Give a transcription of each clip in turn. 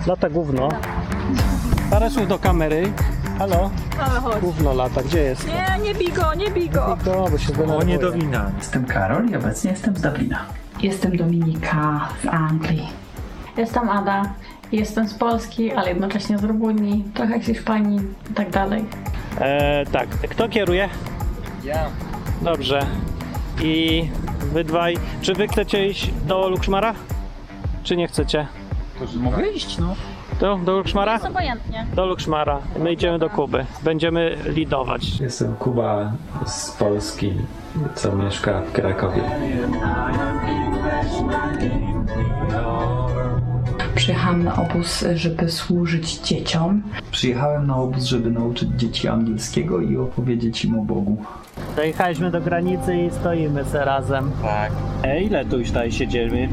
Lata gówno. Parę słów do kamery. Halo? Ale chodź. Gówno lata, gdzie jest? Nie bij go, nie bij go. To, bo się denerwuje. nie do wina. Jestem Karol i obecnie jestem z Dublina. Jestem Dominika z Anglii. Jestem Ada. Jestem z Polski, ale jednocześnie z Rumunii, trochę z Hiszpanii i tak dalej. Tak, kto kieruje? Ja. Dobrze. I wy dwaj, czy wy chcecie iść do Lukszmara? Czy nie chcecie? Mogę iść, no. Do Lukszmara? Jest obojętnie. Do Lukszmara. My idziemy do Kuby. Będziemy lidować. Jestem Kuba z Polski, co mieszka w Krakowie. Przyjechałam na obóz, żeby służyć dzieciom. Przyjechałem na obóz, żeby nauczyć dzieci angielskiego i opowiedzieć im o Bogu. Dojechaliśmy do granicy i stoimy se razem. Tak. Ile tu już tutaj siedziemy?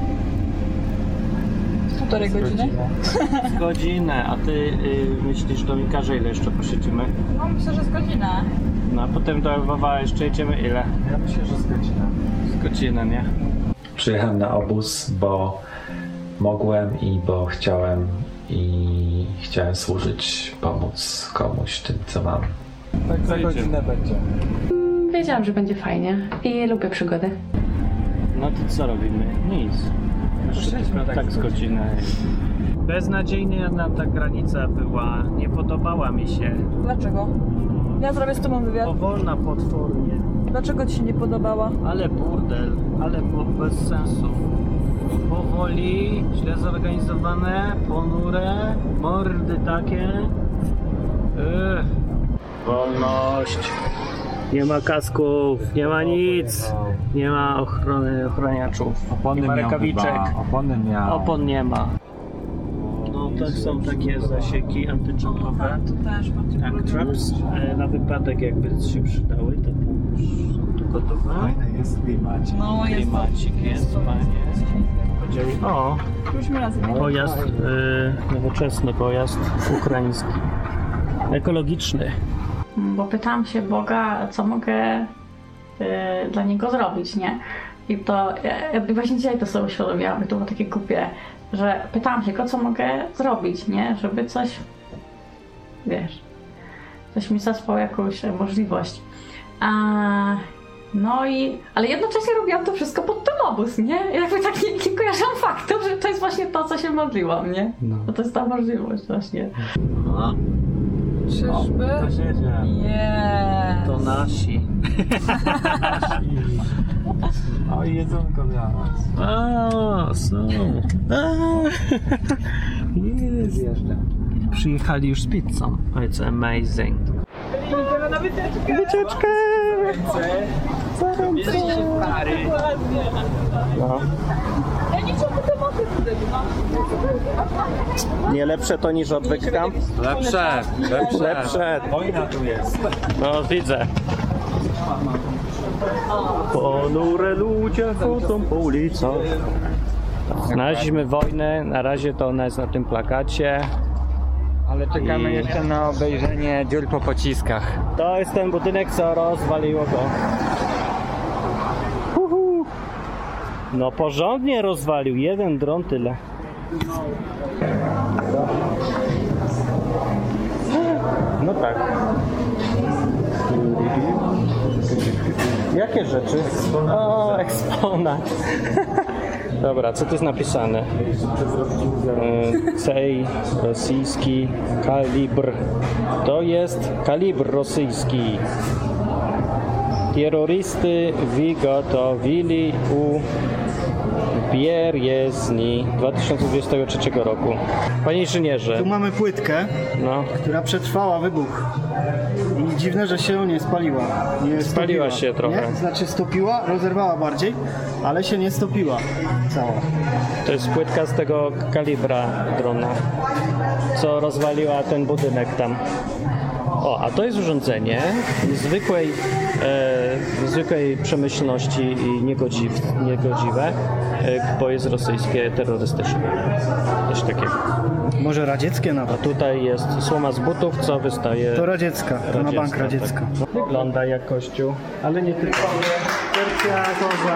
1,5 godziny? Godzinę, a ty myślisz, Dominika, że ile jeszcze posiedzimy? No myślę, że z godzinę. No a potem do Lwowa jeszcze jedziemy ile? Ja myślę, że z godzina. Z godzinę, nie? Przyjechałem na obóz, bo mogłem i bo chciałem służyć, pomóc komuś tym, co mam. Tak za godzinę będzie. Wiedziałam, że będzie fajnie i lubię przygody. No to co robimy? Nic. Jeszcze tylko tak z godzinę. Beznadziejnie nam ta granica była. Nie podobała mi się. Dlaczego? Ja zrobię z tobą wywiad. Powolna potwornie. Dlaczego ci się nie podobała? Ale burdel, ale bez sensu. Powoli, źle zorganizowane, ponure, mordy takie. Wolność. Nie ma kasków, nie ma nic. Nie ma ochroniaczów. Nie ma rękawiczek. Opony miał. Opon nie ma. No to są takie zasieki antyczapowe. Też Tak, traps na wypadek jakby się przydały, to są tu gotowe. Fajne jest klimacik. No jest. Klimacik jest, fajnie. Powiedzieli, o, Już razem. pojazd, nowoczesny pojazd ukraiński. Ekologiczny. Bo pytałam się Boga, co mogę dla Niego zrobić, nie? I to właśnie dzisiaj to sobie uświadomiłam, i to było takie głupie, że pytałam się Go, co mogę zrobić, nie? Żeby coś, wiesz, coś mi zaspał jakąś możliwość. No i, ale jednocześnie robiłam to wszystko pod ten obóz, nie? I jakby tak nie kojarzyłam faktu, że to jest właśnie to, co się modliłam, nie? No. Bo to jest ta możliwość właśnie. No, Czyżby? to siedzie. Nie. To nasi. O, i jedzonko dla nas. A, są. Jest. Zjeżdżam. Przyjechali już z pizzą. Oh, it's amazing. Idziemy na wycieczkę. Wycieczkę! Bierzcie pary. No. Ja nie chciałam te moty wtedy, no. Nie lepsze to niż odwyk camp? Lepsze. Lepsze. Wojna tu jest. No widzę. Ponure ludzie chodzą po ulicach. Znaleźliśmy wojnę, na razie to ona jest na tym plakacie. Ale czekamy jeszcze na obejrzenie dziur po pociskach. To jest ten budynek, co rozwaliło go. Uhu. No porządnie rozwalił, jeden dron tyle. No tak. Jakie rzeczy? O, eksponat. Dobra, co tu jest napisane? Cej rosyjski kalibr. To jest kalibr rosyjski. Terrorysty wygotowili u Bierezni 2023 roku. Panie inżynierze. Tu mamy płytkę, No. która przetrwała wybuch. I dziwne, że się nie spaliła. Nie Spaliła stopiła. się trochę. Nie? Znaczy stopiła, rozerwała bardziej, ale się nie stopiła cała. To jest płytka z tego kalibra drona, co rozwaliła ten budynek tam. O, a to jest urządzenie zwykłej przemyślności i niegodziwe, bo jest rosyjskie, terrorystyczne. Coś takiego. Może radzieckie A nawet. tutaj jest słoma z butów, co wystaje... To radziecka, to na bank radziecka. Tak. Wygląda jak kościół, ale nie tylko. Wersja koza.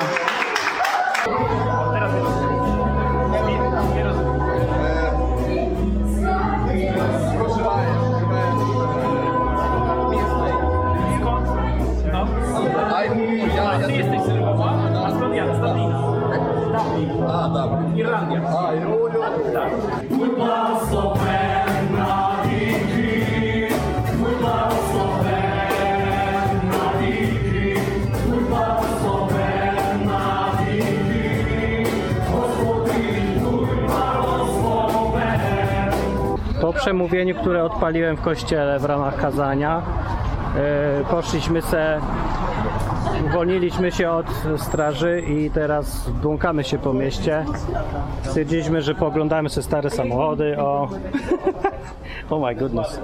Po przemówieniu, które odpaliłem w kościele w ramach kazania, poszliśmy uwolniliśmy się od straży i teraz błąkamy się po mieście. Stwierdziliśmy, że poglądamy sobie stare samochody. Oh my goodness.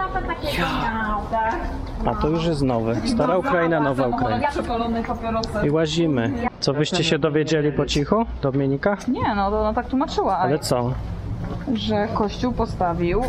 A to już jest nowe. Stara Ukraina, nowa Ukraina. I łazimy. Co byście się dowiedzieli po cichu, Dominika? Nie, no to ona tak tłumaczyła. Ale co? Że Kościół postawił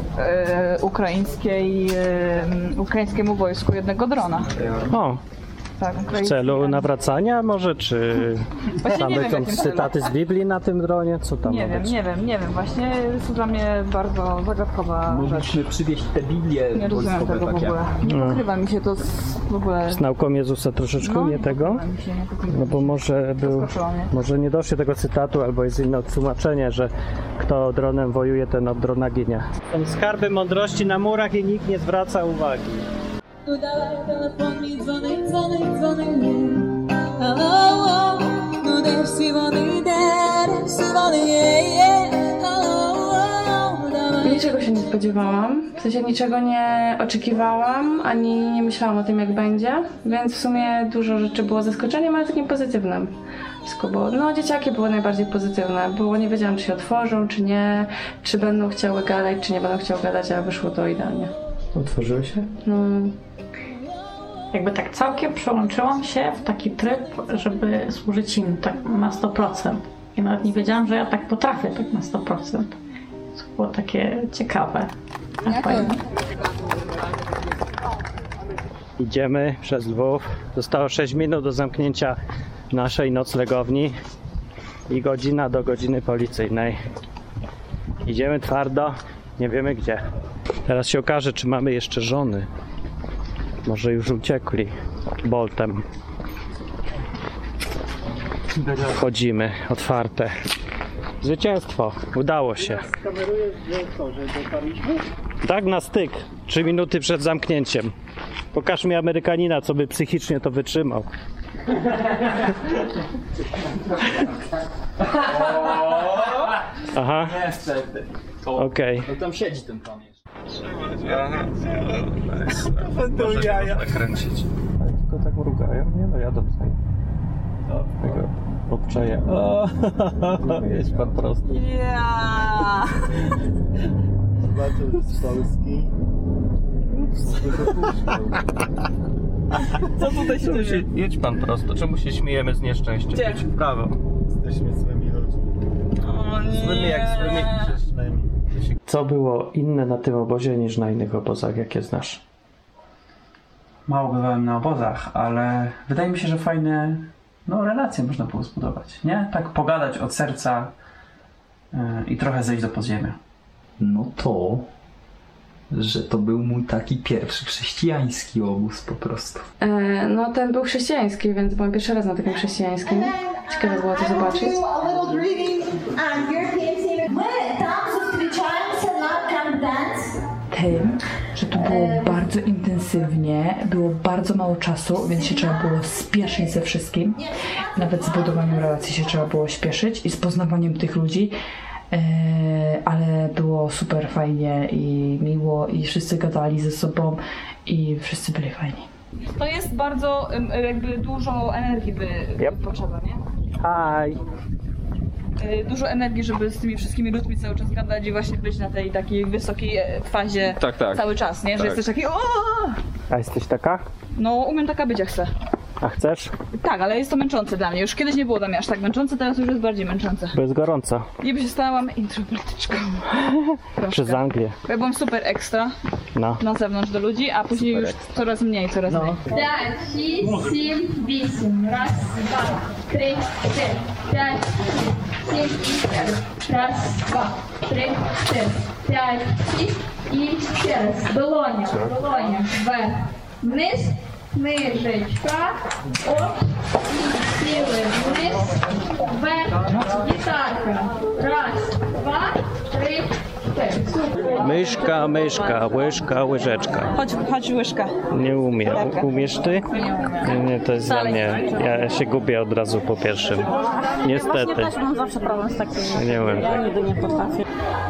ukraińskiemu wojsku jednego drona. O, Tak, w celu nawracania może, czy Właśnie nie same wiem, w są jakim celu. cytaty z Biblii na tym dronie? Co tam ma być? Nie wiem. Właśnie jest to dla mnie bardzo zagadkowa rzecz. Mogliśmy przywieźć te Biblie Nie rozumiem wojskowe tego w takie. ogóle. Nie pokrywa mi się to w ogóle. Z nauką Jezusa troszeczkę, nie tego? pokrywa mi się, nie pokrywa. No bo Zaskoczyło mnie. może nie doszło tego cytatu, albo jest inne tłumaczenie, że kto dronem wojuje, ten od drona ginie. Są skarby mądrości na murach i nikt nie zwraca uwagi. Udawaj telefon mi dzwony nie. Halo, no deszczy wody nie. Halo, Niczego się nie spodziewałam, w sensie niczego nie oczekiwałam, ani nie myślałam o tym, jak będzie, więc w sumie dużo rzeczy było zaskoczeniem, ale takim pozytywnym. Wszystko było, no dzieciaki były najbardziej pozytywne, bo nie wiedziałam, czy się otworzą, czy nie, czy będą chciały gadać, czy nie będą chciały gadać, a wyszło to idealnie. Otworzyły się? No, jakby tak całkiem przełączyłam się w taki tryb, żeby służyć im tak na 100%. I nawet nie wiedziałam, że ja tak potrafię tak na 100%. To było takie ciekawe. Fajne. Idziemy przez Lwów. Zostało 6 minut do zamknięcia naszej noclegowni i godzina do godziny policyjnej. Idziemy twardo, nie wiemy gdzie. Teraz się okaże, czy mamy jeszcze żony. Może już uciekli Boltem. Wchodzimy, otwarte. Zwycięstwo, udało się. Tak na styk, 3 minuty przed zamknięciem. Pokaż mi Amerykanina, co by psychicznie to wytrzymał. Aha. Niestety. Okej. No tam siedzi ten pan jeszcze. Będą jaja. Nakręcić. Ale tylko tak mrugają, nie? No jadą tutaj. Tego obczaja. Jedź pan prosto. Zobaczył z Polski. Co tutaj się dzieje? Jedź pan prosto. Czemu się śmiejemy z nieszczęścia? Gdzie? Jedź w prawo. Jesteśmy złymi ludźmi. O nie. Złymi jak złymi. Grzesznymi. Co było inne na tym obozie niż na innych obozach, jakie znasz? Mało bywałem na obozach, ale wydaje mi się, że fajne relacje można było zbudować, nie? Tak pogadać od serca i trochę zejść do podziemia. No to, że to był mój taki pierwszy chrześcijański obóz po prostu. No ten był chrześcijański, więc byłam pierwszy raz na takim chrześcijańskim. Ciekawe było to zobaczyć. Tym, że tu było bardzo intensywnie, było bardzo mało czasu, więc się trzeba było spieszyć ze wszystkim. Nawet z budowaniem relacji się trzeba było śpieszyć i z poznawaniem tych ludzi. Ale było super fajnie i miło i wszyscy gadali ze sobą i wszyscy byli fajni. To jest bardzo jakby dużo energii potrzeba, nie? Hi. Dużo energii, żeby z tymi wszystkimi ludźmi cały czas gadać i właśnie być na tej takiej wysokiej fazie cały czas, nie? Że jesteś taki A jesteś taka? No umiem taka być jak chcę. A chcesz? Tak, ale jest to męczące dla mnie. Już kiedyś nie było dla mnie aż tak męczące, teraz już jest bardziej męczące. Bo jest gorąco. Niby się stałam introwertyczką. Przez Anglię. Ja byłam super ekstra No. na zewnątrz do ludzi, a później już coraz mniej. 5, 6, 7, 8. Raz, dwa, 3, 4, 5, 6, 7, 8. Raz, dwa, 3, 4, 5, 6 i jeszcze raz. Долоня, вверх, вниз myszeczka, siły gitarka. Raz, dwa, trzy, cztery. Super. Myszka, myszka, łyżka, łyżeczka. Chodź łyżka. Nie umiem. Umiesz ty? Nie, to jest dla mnie. Ja się gubię od razu po pierwszym. Niestety. Też mam zawsze problem z takim. Nie umiem. Ja nigdy nie potrafię.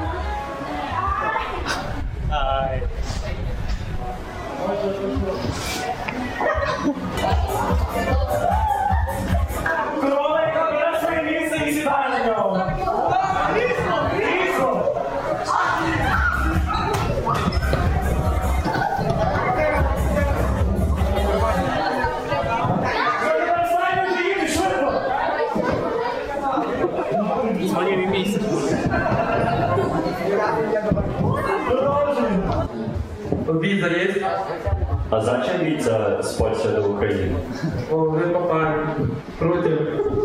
Wiza jest? А зачем виза с Польши до Украины? Вы попали против.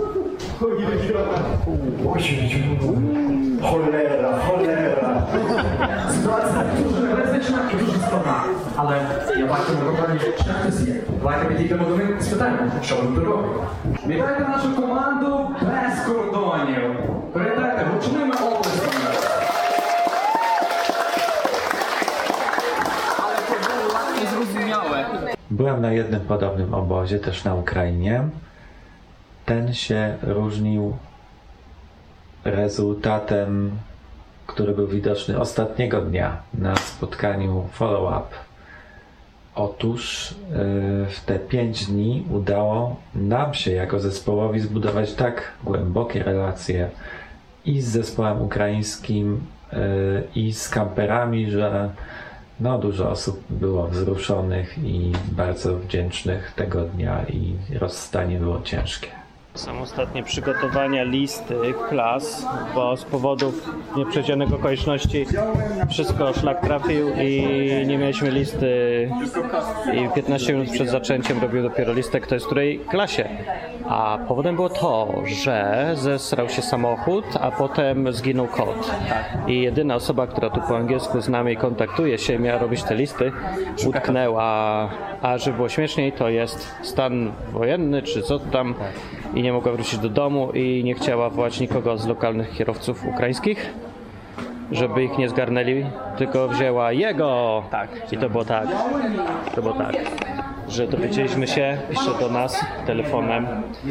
Cholera, cholera. Sytuacja duża ryzyczna i duża strona, ale я бачу виконання шляхтисів. Давайте підійдемо до них і спитаємо, що вони тут роблять. Вітайте нашу команду без кордонів. Привітайте гучними оплесками. Byłem na jednym podobnym obozie, też na Ukrainie. Ten się różnił rezultatem, który był widoczny ostatniego dnia na spotkaniu follow-up. Otóż w te 5 dni udało nam się jako zespołowi zbudować tak głębokie relacje i z zespołem ukraińskim, i z kamperami, że no, dużo osób było wzruszonych i bardzo wdzięcznych tego dnia i rozstanie było ciężkie. Są ostatnie przygotowania listy klas, bo z powodów nieprzewidzianych okoliczności wszystko szlak trafił i nie mieliśmy listy i 15 minut przed zaczęciem robił dopiero listę, kto jest w której klasie. A powodem było to, że zesrał się samochód, a potem zginął kot. I jedyna osoba, która tu po angielsku z nami kontaktuje się i miała robić te listy, utknęła. A żeby było śmieszniej, to jest stan wojenny czy co tam i nie mogła wrócić do domu i nie chciała wołać nikogo z lokalnych kierowców ukraińskich, żeby ich nie zgarnęli, tylko wzięła jego. I to było tak, że dowiedzieliśmy się, pisze do nas telefonem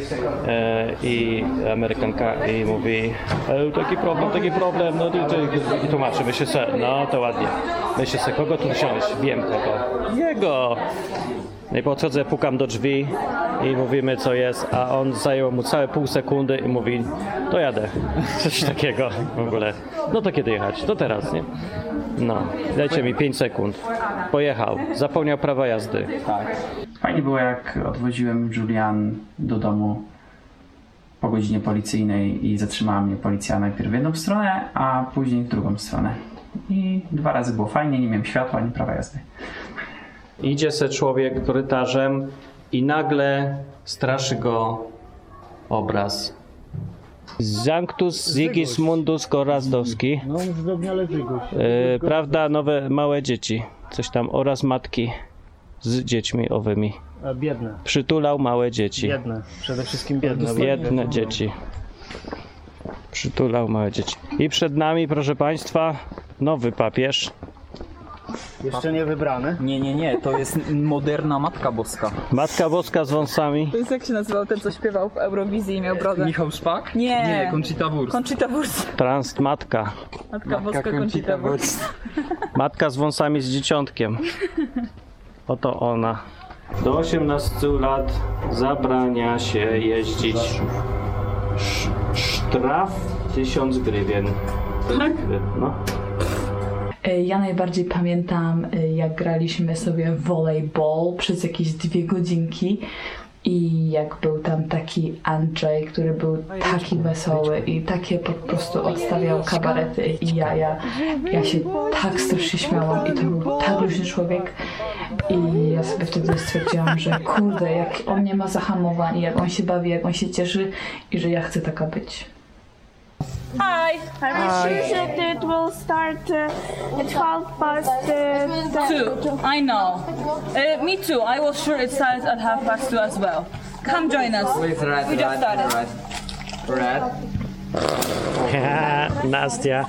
i Amerykanka i mówi taki problem, no i tłumaczy, myślę sobie, no to ładnie, myślę sobie, kogo tu wziąć, wiem kogo, jego. No i podchodzę, pukam do drzwi i mówimy co jest, a on zajął mu całe pół sekundy i mówi, to jadę, coś takiego w ogóle. No to kiedy jechać? To teraz, nie? No, dajcie mi 5 sekund. Pojechał, zapomniał prawa jazdy. Tak. Fajnie było, jak odwoziłem Julian do domu po godzinie policyjnej i zatrzymała mnie policja najpierw w jedną stronę, a później w drugą stronę. I 2 razy było fajnie, nie miałem światła ani prawa jazdy. Idzie se człowiek korytarzem i nagle straszy go obraz. Sanctus Sigismundus Gorazdowski. No, zdobniale Żyguś. Prawda, nowe małe dzieci. Coś tam oraz matki z dziećmi owymi. A biedne. Przytulał małe dzieci. Biedne. Przede wszystkim biedne. Biedne dzieci. Przytulał małe dzieci. I przed nami, proszę Państwa, nowy papież. Jeszcze nie wybrany? Nie, to jest moderna Matka Boska. Matka Boska z wąsami. To jest jak się nazywał ten, co śpiewał w Eurowizji i miał brodę? Michał Szpak? Nie, Conchita Wurst. Conchita Wurst. Transmatka. Matka Boska Conchita Wurst. Matka z wąsami z dzieciątkiem. Oto ona. Do 18 lat zabrania się jeździć. Sztraf 1000 grywien. Tak? No. Ja najbardziej pamiętam, jak graliśmy sobie w volleyball przez jakieś 2 godzinki i jak był tam taki Andrzej, który był taki wesoły i takie po prostu odstawiał kabarety i ja się tak strasznie śmiałam i to był tak luźny człowiek i ja sobie wtedy stwierdziłam, że kurde, jak on nie ma zahamowań, jak on się bawi, jak on się cieszy i że ja chcę taka być. Hi. I'm sure that it will start at 2:30. I know. Me too. I was sure it starts at 2:30 as well. Come join us. We just started. Nastia.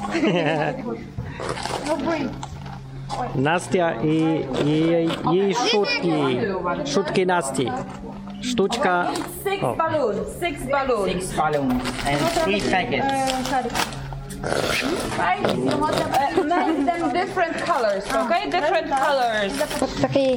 Nastia i jej szutki. Szutki Nasti. Sztuczka. Six balloons. Six balloons and 3 packets. Make them different colors, okay? Different colors. Okay.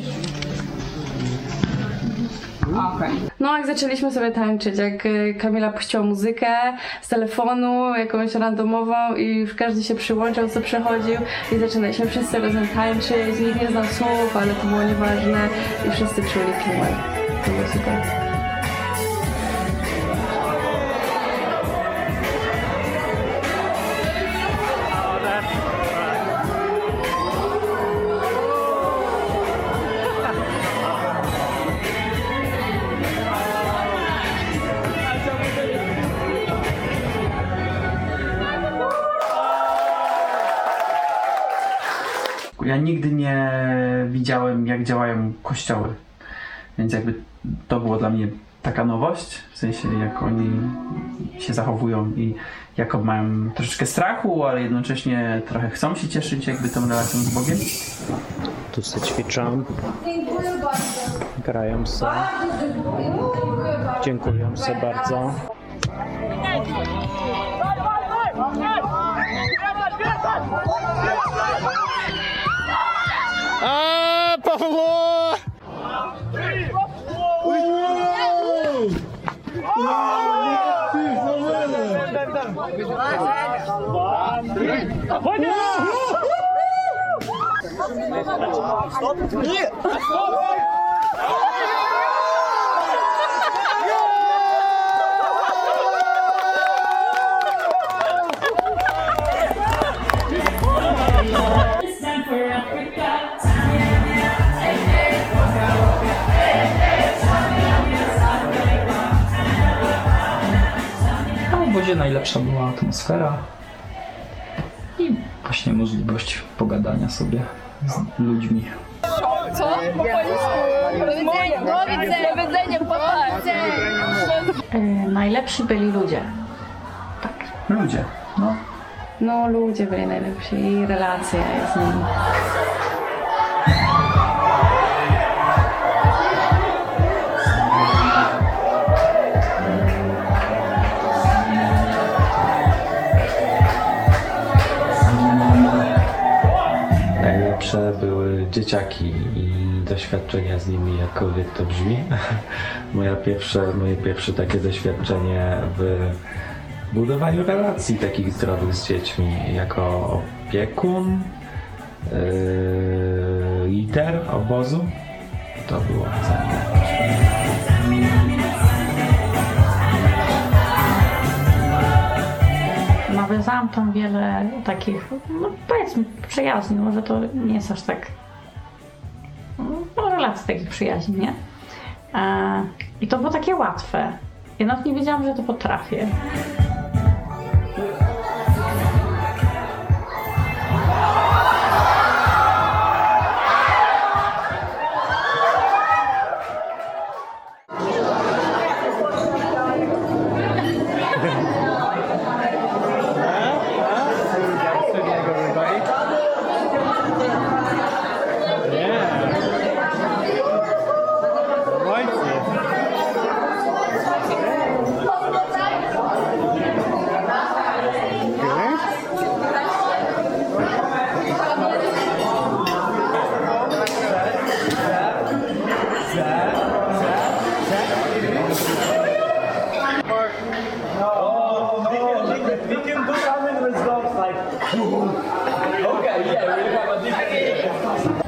No jak zaczęliśmy sobie tańczyć, jak Kamila puściła muzykę z telefonu, jakąś randomową i już każdy się przyłączał, co przechodził i zaczynaliśmy wszyscy razem tańczyć, nikt nie znał słów, ale to było nieważne i wszyscy czuli klimat. To było super. Ja nigdy nie widziałem, jak działają kościoły, więc jakby to było dla mnie taka nowość, w sensie jak oni się zachowują i jako mają troszeczkę strachu, ale jednocześnie trochę chcą się cieszyć jakby tą relacją z Bogiem. Tu se ćwiczą, grają se, dziękują se bardzo. A Pawło! A w obozie najlepsza była atmosfera i właśnie możliwość pogadania sobie z ludźmi. Co? Po polsku. Do widzenia, Najlepsi byli ludzie. Ludzie, no. No ludzie byli najlepsi i relacje z nimi. Najlepsze były dzieciaki i doświadczenia z nimi, jakkolwiek to brzmi. Moje pierwsze takie doświadczenie w budowaniu relacji takich zdrowych z dziećmi jako opiekun, lider obozu. To było cenne. Nawiązałam tam wiele takich, no powiedzmy, przyjaźni, może to nie jest aż tak, no relacji takich przyjaźni, nie? I to było takie łatwe. Ja nawet nie wiedziałam, że to potrafię.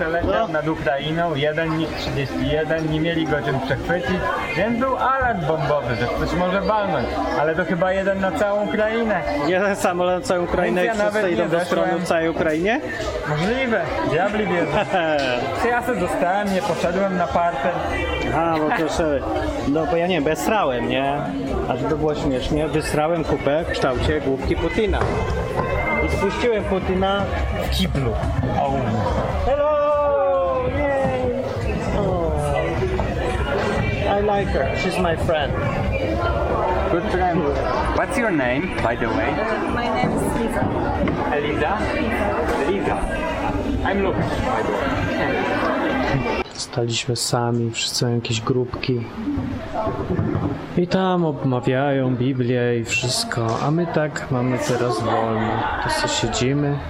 przeleciał nad Ukrainą, jeden MiG-31, nie mieli go czym przechwycić, więc był alarm bombowy, że ktoś może walnąć, ale to chyba jeden na całą Ukrainę. Jeden samolot na całą Ukrainę i wszyscy idą do strony w całej Ukrainie? Możliwe, diabli wiedzą. Ja sobie dostałem, nie poszedłem na parter. Aha, bo proszę, no bo ja nie wiem, bo ja srałem, nie? A żeby było śmiesznie, wysrałem kupę w kształcie główki Putina. I spuściłem Putina w kiblu. Hello! Yay! Oh. I like her. She's my friend. Good friend. What's your name, by the way? My name is Lisa. Eliza? Lisa. I'm Luke, by the way. Staliśmy sami, wszyscy mają jakieś grupki. I tam obmawiają Biblię i wszystko, a my tak mamy teraz wolno. To sobie siedzimy,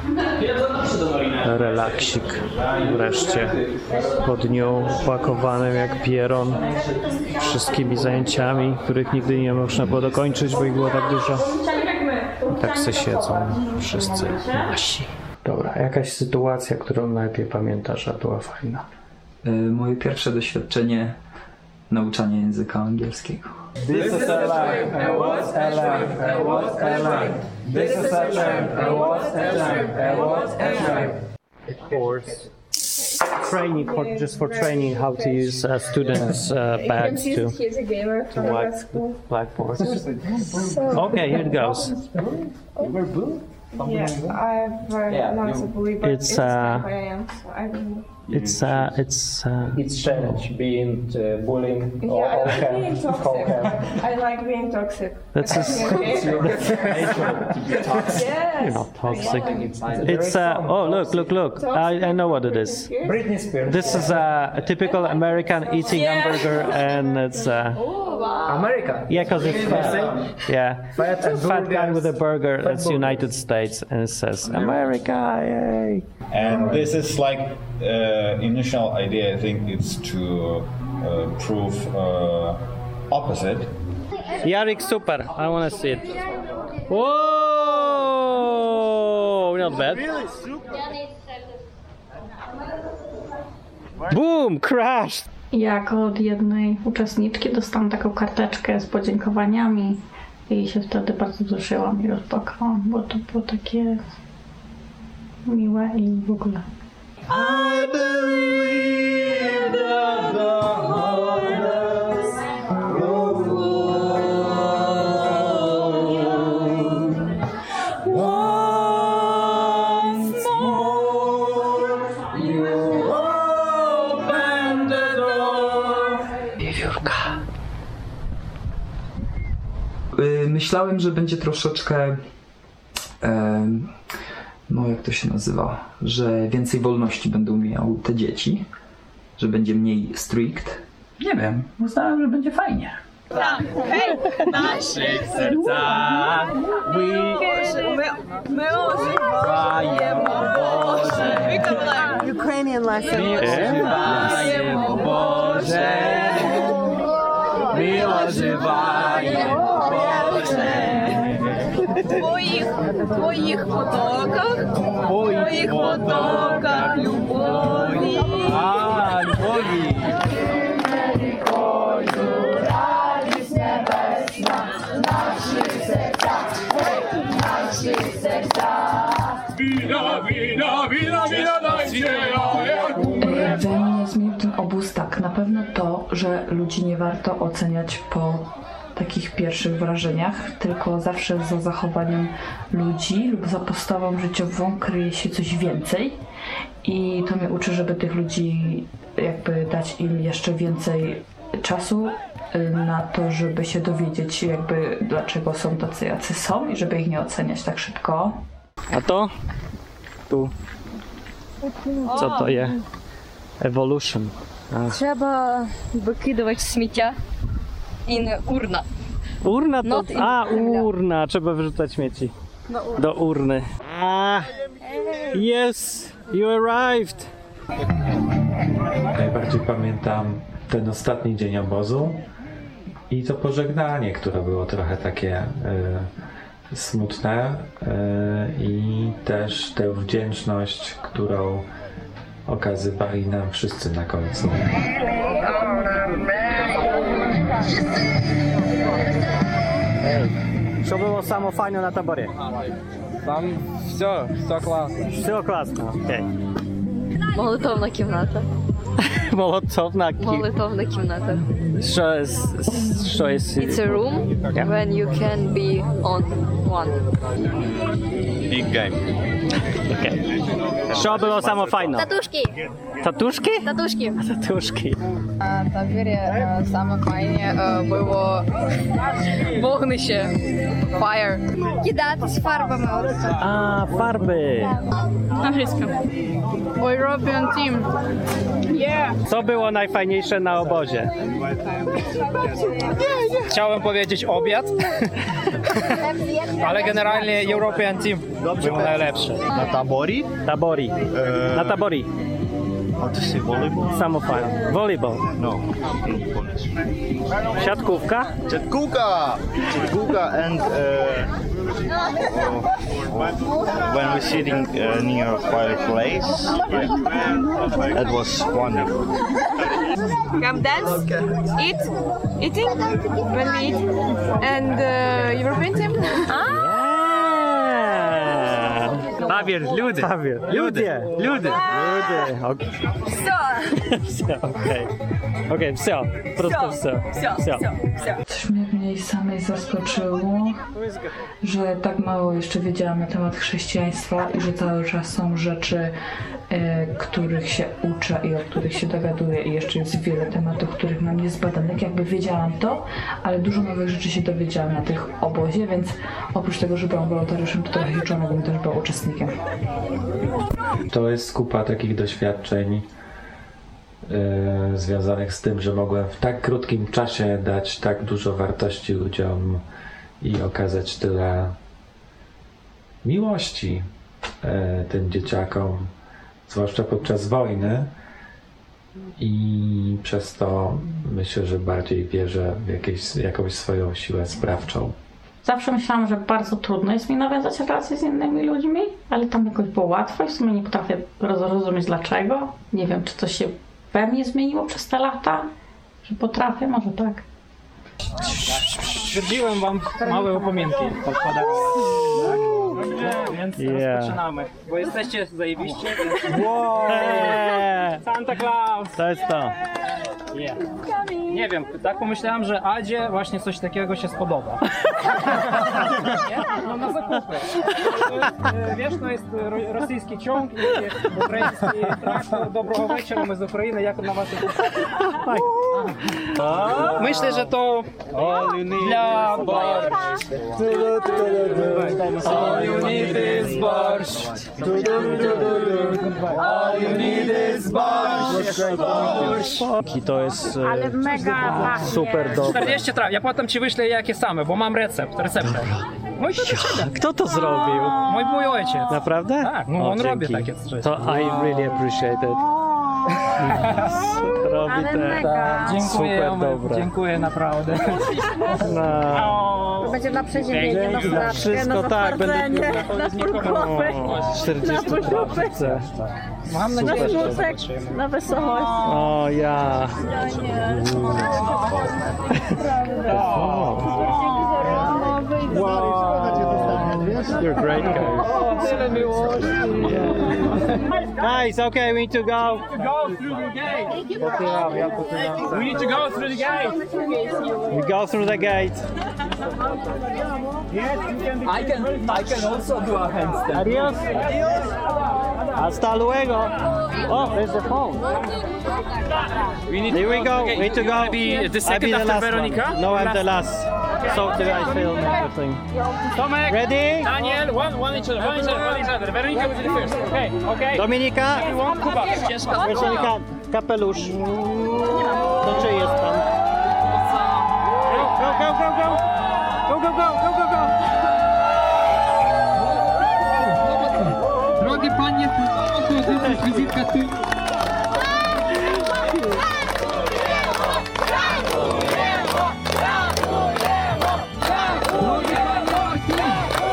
relaksik wreszcie po dniu opakowanym jak pieron wszystkimi zajęciami, których nigdy nie można było dokończyć, bo ich było tak dużo. I tak se siedzą wszyscy nasi. Dobra, jakaś sytuacja, którą najlepiej pamiętasz, a była fajna. Moje pierwsze doświadczenie nauczania języka angielskiego. This is a life, I was alive, I was alive. This is a life, I was alive, I was alive. Course. Training just for training how to use students' bags to He's a gamer from blackboards. Okay, here it goes. Yeah, I've not a bully, but It's who I am, so I don't know. It's challenge being bullying or Yeah, I like being toxic. I like being toxic. That's You're not toxic. It's look. I know what it is. Britney Spears. This is a typical American eating hamburger, and it's America. yeah, because it's fat. Yeah, fat guy with a burger. That's United States, and it says America. Yay! And this is like initial idea. I think it's to prove opposite. Yarik, super. I want to see it. Whoa! Not bad. Boom! Crashed! Jak od jednej uczestniczki dostałam taką karteczkę z podziękowaniami i się wtedy bardzo wzruszyłam i rozpłakałam, bo to było takie miłe i w ogóle. I believe that the harvest will once more you open the door. Wiewiórka. Myślałem, że będzie troszeczkę no jak to się nazywa, że więcej wolności będą miały te dzieci, że będzie mniej strict. Nie wiem, uznałem, że będzie fajnie. Hej, w naszych sercach my ożywajemy, Boże. Ukrainian lesson. My ożywajemy, Boże. My ożywajemy, Boże. В твоїх потоках любові. Любові. Рікою радість небесна в наших серцях, в наших серцях. Wina, dajcie, We mnie zmienił ten obóz tak, na pewno to, że ludzi nie warto oceniać po takich pierwszych wrażeniach, tylko zawsze za zachowaniem ludzi lub za postawą życiową kryje się coś więcej i to mnie uczy, żeby tych ludzi jakby dać im jeszcze więcej czasu na to, żeby się dowiedzieć jakby dlaczego są tacy jacy są i żeby ich nie oceniać tak szybko. A to? Tu. Co to jest? Evolution. Trzeba wykидувати сміття i urna. Urna to... urna. Trzeba wyrzucać śmieci. Do urny. Yes! You arrived! Najbardziej pamiętam ten ostatni dzień obozu i to pożegnanie, które było trochę takie smutne i też tę wdzięczność, którą okazywali nam wszyscy na końcu. Що було саме файне на таборі? Там все класно. Все класно, окей. Молитовна кімната. Молотовна Молитовна кімната. Що є? It's a room when you can be on one. Big game. Окей. Що було саме файне? Татушки. Татушки? Татушки. Татушки. На таборі саме файне було вогнище. Fire. Кидатись фарбами. А, фарби. Англійська. European team. Yeah. Co było najfajniejsze na obozie? Chciałem powiedzieć obiad, ale generalnie European Team był najlepszy. Na tabori? Tabori. Na tabori. How to say volleyball? Samo fajne. Volleyball. No. Siatkówka? Siatkówka and when we're sitting near a fireplace, that was wonderful. Come dance, eating when we eat, and European team. Pawier, ludy. Pawier. Ludzie. Okay. Все, okej. Okej, все. Prosto все. Coś mnie samej zaskoczyło, że tak mało jeszcze wiedziałam na temat chrześcijaństwa i że cały czas są rzeczy, których się uczę i o których się dowiaduję i jeszcze jest wiele tematów, których mam niezbadanych. Jakby wiedziałam to, ale dużo nowych rzeczy się dowiedziałam na tych obozie, więc oprócz tego, że byłam wolontariuszem, to trochę liczyłam, jakbym też była uczestnikiem. To jest kupa takich doświadczeń związanych z tym, że mogłem w tak krótkim czasie dać tak dużo wartości ludziom i okazać tyle miłości tym dzieciakom, zwłaszcza podczas wojny, i przez to myślę, że bardziej wierzę w jakąś swoją siłę sprawczą. Zawsze myślałam, że bardzo trudno jest mi nawiązać relacje z innymi ludźmi, ale tam jakoś było łatwo i w sumie nie potrafię zrozumieć dlaczego. Nie wiem, czy coś się we mnie zmieniło przez te lata, że potrafię, może tak. Stwierdziłem wam małe upomnienki podkładałem. Więc rozpoczynamy, bo jesteście zajebiście. Wow! Santa Claus! To jest to. Yeah. Nie wiem, tak pomyślałem, że Adzie właśnie coś takiego się spodoba. No na zakupy. To jest, wiesz, to jest rosyjski ciąg i ukraiński traktor. Доброго вечора, my z Ukrainy, jak na waszych... Myślę, że to dla borщ. All you need is borщ. All you need is borщ. I to jest Ale mega super dobre. 40 traw. Ja potem ci wyślę jakie same, bo mam receptę. No i to do ciebie. Kto to zrobił? Mój ojciec. Naprawdę? Tak, no on robi takie rzeczy. To I really appreciate it. Robi te Dziękuję, super dobre. dziękuję naprawdę. To będzie na przeziębienie, na flaszkę, Wszystko na tak, zatwardzenie, na spróbowe, 40 trawce. Mam na nadzieję, że smutek, na wesołość. O ja. You're great, guys. Guys, okay, we need to go. Go through the gate. We need to go through the gate. We go through the gate. I can also do a handstand. Adios. Hasta luego. Oh, there's the phone. Here we go. We need to go. Be the I'll second be the after last Veronica? one. No, I'm the last. So do I film everything. Tomek. Ready? Daniel, one each other. Veronica will be the first. Okay. Dominika. Kuba. Dominika, kapelusz. To czy jest tam? Go, go, go, go. Go, go, go, go, go, go. Drogi panie, to jest wizytka tu.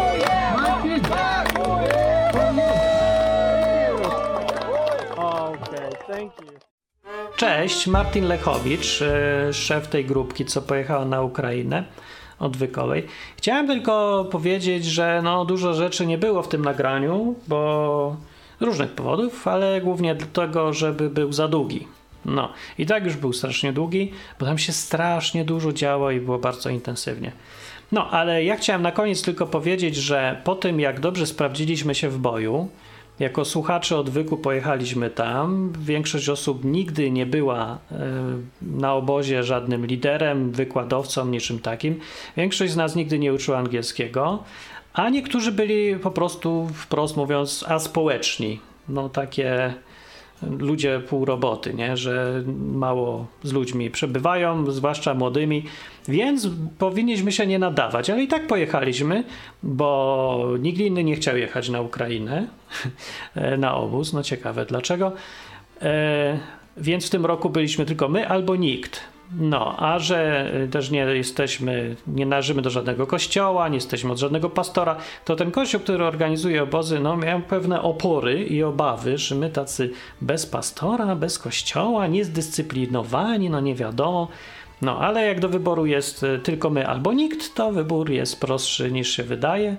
Okay. Cześć, Martin Lechowicz, szef tej grupki, co pojechała na Ukrainę odwykowej. Chciałem tylko powiedzieć, że no, dużo rzeczy nie było w tym nagraniu, bo z różnych powodów, ale głównie dlatego, żeby był za długi. No i tak już był strasznie długi, bo tam się strasznie dużo działo i było bardzo intensywnie. No, ale ja chciałem na koniec tylko powiedzieć, że po tym, jak dobrze sprawdziliśmy się w boju, jako słuchacze odwyku pojechaliśmy tam. Większość osób nigdy nie była na obozie żadnym liderem, wykładowcą, niczym takim. Większość z nas nigdy nie uczyła angielskiego, a niektórzy byli po prostu, wprost mówiąc, aspołeczni. No takie ludzie pół roboty, nie? Że mało z ludźmi przebywają, zwłaszcza młodymi, więc powinniśmy się nie nadawać, ale i tak pojechaliśmy, bo nikt inny nie chciał jechać na Ukrainę, na obóz, no ciekawe dlaczego, więc w tym roku byliśmy tylko my albo nikt. No, a że też nie należymy do żadnego kościoła, nie jesteśmy od żadnego pastora, to ten kościół, który organizuje obozy, no miał pewne opory i obawy, że my tacy bez pastora, bez kościoła, niezdyscyplinowani, no nie wiadomo. No, ale jak do wyboru jest tylko my albo nikt, to wybór jest prostszy niż się wydaje.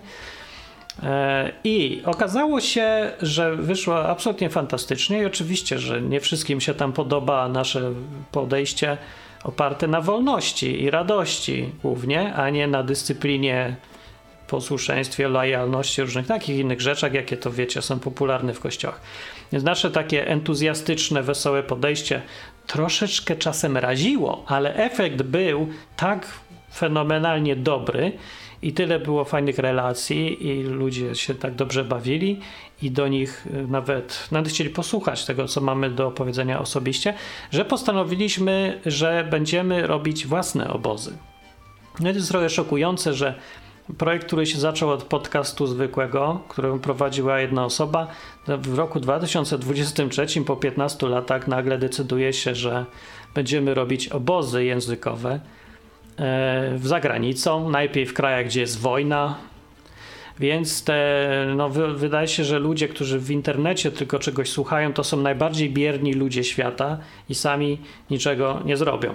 I okazało się, że wyszło absolutnie fantastycznie i oczywiście, że nie wszystkim się tam podoba nasze podejście oparte na wolności i radości głównie, a nie na dyscyplinie, posłuszeństwie, lojalności, różnych takich innych rzeczach, jakie to wiecie, są popularne w kościołach. Więc nasze takie entuzjastyczne, wesołe podejście troszeczkę czasem raziło, ale efekt był tak fenomenalnie dobry i tyle było fajnych relacji i ludzie się tak dobrze bawili i do nich nawet chcieli posłuchać tego, co mamy do opowiedzenia osobiście, że postanowiliśmy, że będziemy robić własne obozy. No to jest trochę szokujące, że projekt, który się zaczął od podcastu zwykłego, którego prowadziła jedna osoba, w roku 2023 po 15 latach nagle decyduje się, że będziemy robić obozy językowe za granicą, najpierw w krajach, gdzie jest wojna, więc wydaje się, że ludzie, którzy w internecie tylko czegoś słuchają, to są najbardziej bierni ludzie świata i sami niczego nie zrobią.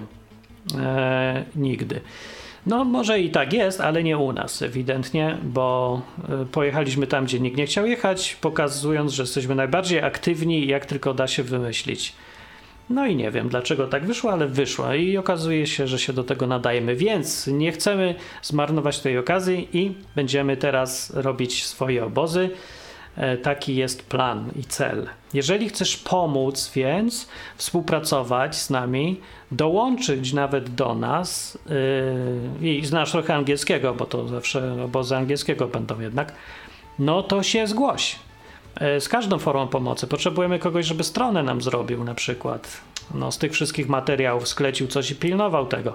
Nigdy. No może i tak jest, ale nie u nas ewidentnie, bo pojechaliśmy tam, gdzie nikt nie chciał jechać, pokazując, że jesteśmy najbardziej aktywni, jak tylko da się wymyślić. No i nie wiem, dlaczego tak wyszło, ale wyszło i okazuje się, że się do tego nadajemy, więc nie chcemy zmarnować tej okazji i będziemy teraz robić swoje obozy. Taki jest plan i cel. Jeżeli chcesz pomóc, więc współpracować z nami, dołączyć nawet do nas i znasz trochę angielskiego, bo to zawsze obozy angielskiego będą jednak, no to się zgłoś. Z każdą formą pomocy. Potrzebujemy kogoś, żeby stronę nam zrobił na przykład. No, z tych wszystkich materiałów sklecił coś i pilnował tego.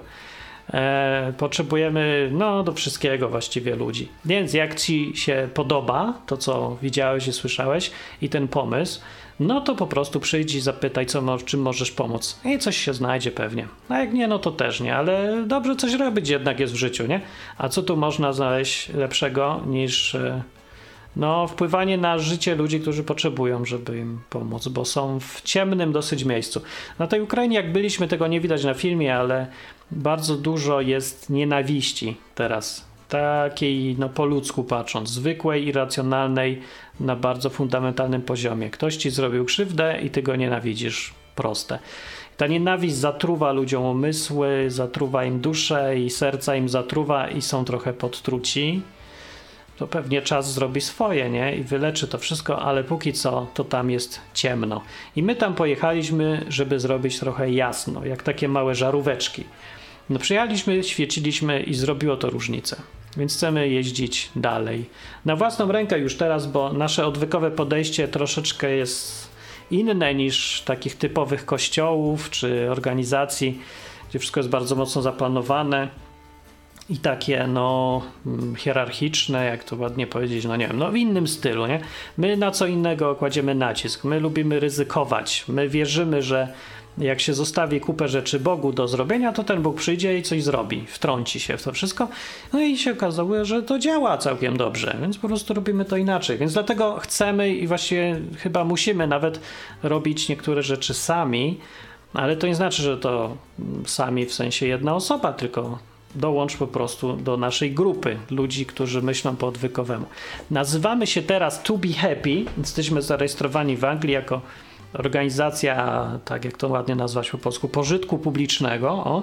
Potrzebujemy do wszystkiego właściwie ludzi. Więc jak ci się podoba to, co widziałeś i słyszałeś i ten pomysł, no to po prostu przyjdź i zapytaj, czym możesz pomóc. I coś się znajdzie pewnie. A jak nie, no to też nie, ale dobrze coś robić jednak jest w życiu, nie? A co tu można znaleźć lepszego niż wpływanie na życie ludzi, którzy potrzebują, żeby im pomóc, bo są w ciemnym dosyć miejscu. Na tej Ukrainie, jak byliśmy, tego nie widać na filmie, ale bardzo dużo jest nienawiści teraz. Takiej, po ludzku patrząc, zwykłej, irracjonalnej, na bardzo fundamentalnym poziomie. Ktoś ci zrobił krzywdę i ty go nienawidzisz. Proste. Ta nienawiść zatruwa ludziom umysły, zatruwa im duszę i serca im zatruwa i są trochę podtruci. To pewnie czas zrobi swoje, nie? I wyleczy to wszystko, ale póki co to tam jest ciemno. I my tam pojechaliśmy, żeby zrobić trochę jasno, jak takie małe żaróweczki. Przyjechaliśmy, świeciliśmy i zrobiło to różnicę. Więc chcemy jeździć dalej. Na własną rękę już teraz, bo nasze odwykowe podejście troszeczkę jest inne niż takich typowych kościołów czy organizacji, gdzie wszystko jest bardzo mocno zaplanowane. I takie, hierarchiczne, jak to ładnie powiedzieć, w innym stylu, nie? My na co innego kładziemy nacisk. My lubimy ryzykować. My wierzymy, że jak się zostawi kupę rzeczy Bogu do zrobienia, to ten Bóg przyjdzie i coś zrobi, wtrąci się w to wszystko. No i się okazało, że to działa całkiem dobrze, więc po prostu robimy to inaczej. Więc dlatego chcemy i właściwie chyba musimy nawet robić niektóre rzeczy sami, ale to nie znaczy, że to sami w sensie jedna osoba, tylko dołącz po prostu do naszej grupy ludzi, którzy myślą po odwykowemu. Nazywamy się teraz To Be Happy, jesteśmy zarejestrowani w Anglii jako organizacja, tak jak to ładnie nazwać po polsku, pożytku publicznego.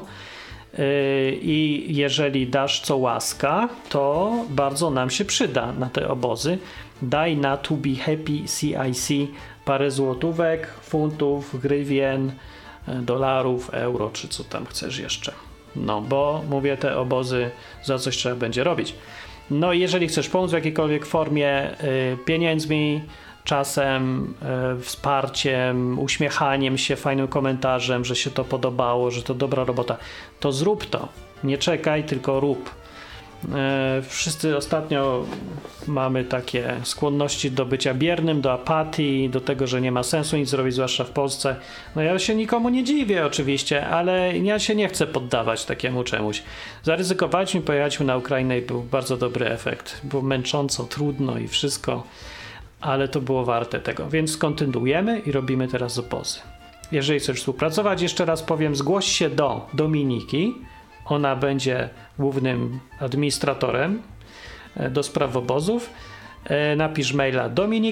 I jeżeli dasz co łaska, to bardzo nam się przyda na te obozy. Daj na To Be Happy CIC parę złotówek, funtów, grywien, dolarów, euro, czy co tam chcesz jeszcze. No, bo mówię, te obozy za coś trzeba będzie robić. No i jeżeli chcesz pomóc w jakiejkolwiek formie, pieniędzmi, czasem, wsparciem, uśmiechaniem się, fajnym komentarzem, że się to podobało, że to dobra robota, to zrób to. Nie czekaj, tylko rób. Wszyscy ostatnio mamy takie skłonności do bycia biernym, do apatii, do tego, że nie ma sensu nic zrobić, zwłaszcza w Polsce. No ja się nikomu nie dziwię oczywiście, ale ja się nie chcę poddawać takiemu czemuś. Zaryzykowaliśmy, pojechaliśmy na Ukrainę i był bardzo dobry efekt. Było męcząco, trudno i wszystko, ale to było warte tego. Więc kontynuujemy i robimy teraz obozy. Jeżeli chcesz współpracować, jeszcze raz powiem, zgłoś się do Dominiki. Ona będzie głównym administratorem do spraw obozów. Napisz maila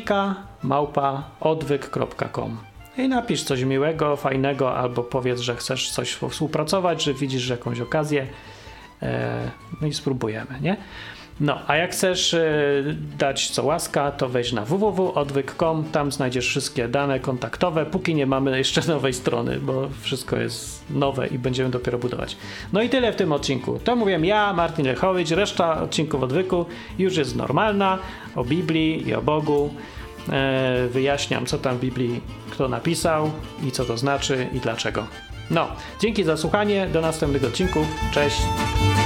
dominika@odwyk.com i napisz coś miłego, fajnego, albo powiedz, że chcesz coś współpracować, że widzisz jakąś okazję. No i spróbujemy, nie? No, a jak chcesz dać co łaska, to wejdź na www.odwyk.com, tam znajdziesz wszystkie dane kontaktowe, póki nie mamy jeszcze nowej strony, bo wszystko jest nowe i będziemy dopiero budować. No i tyle w tym odcinku. To mówiłem ja, Martin Lechowicz, reszta odcinków Odwyku już jest normalna, o Biblii i o Bogu. Wyjaśniam, co tam w Biblii kto napisał i co to znaczy i dlaczego. No, dzięki za słuchanie, do następnych odcinków, cześć!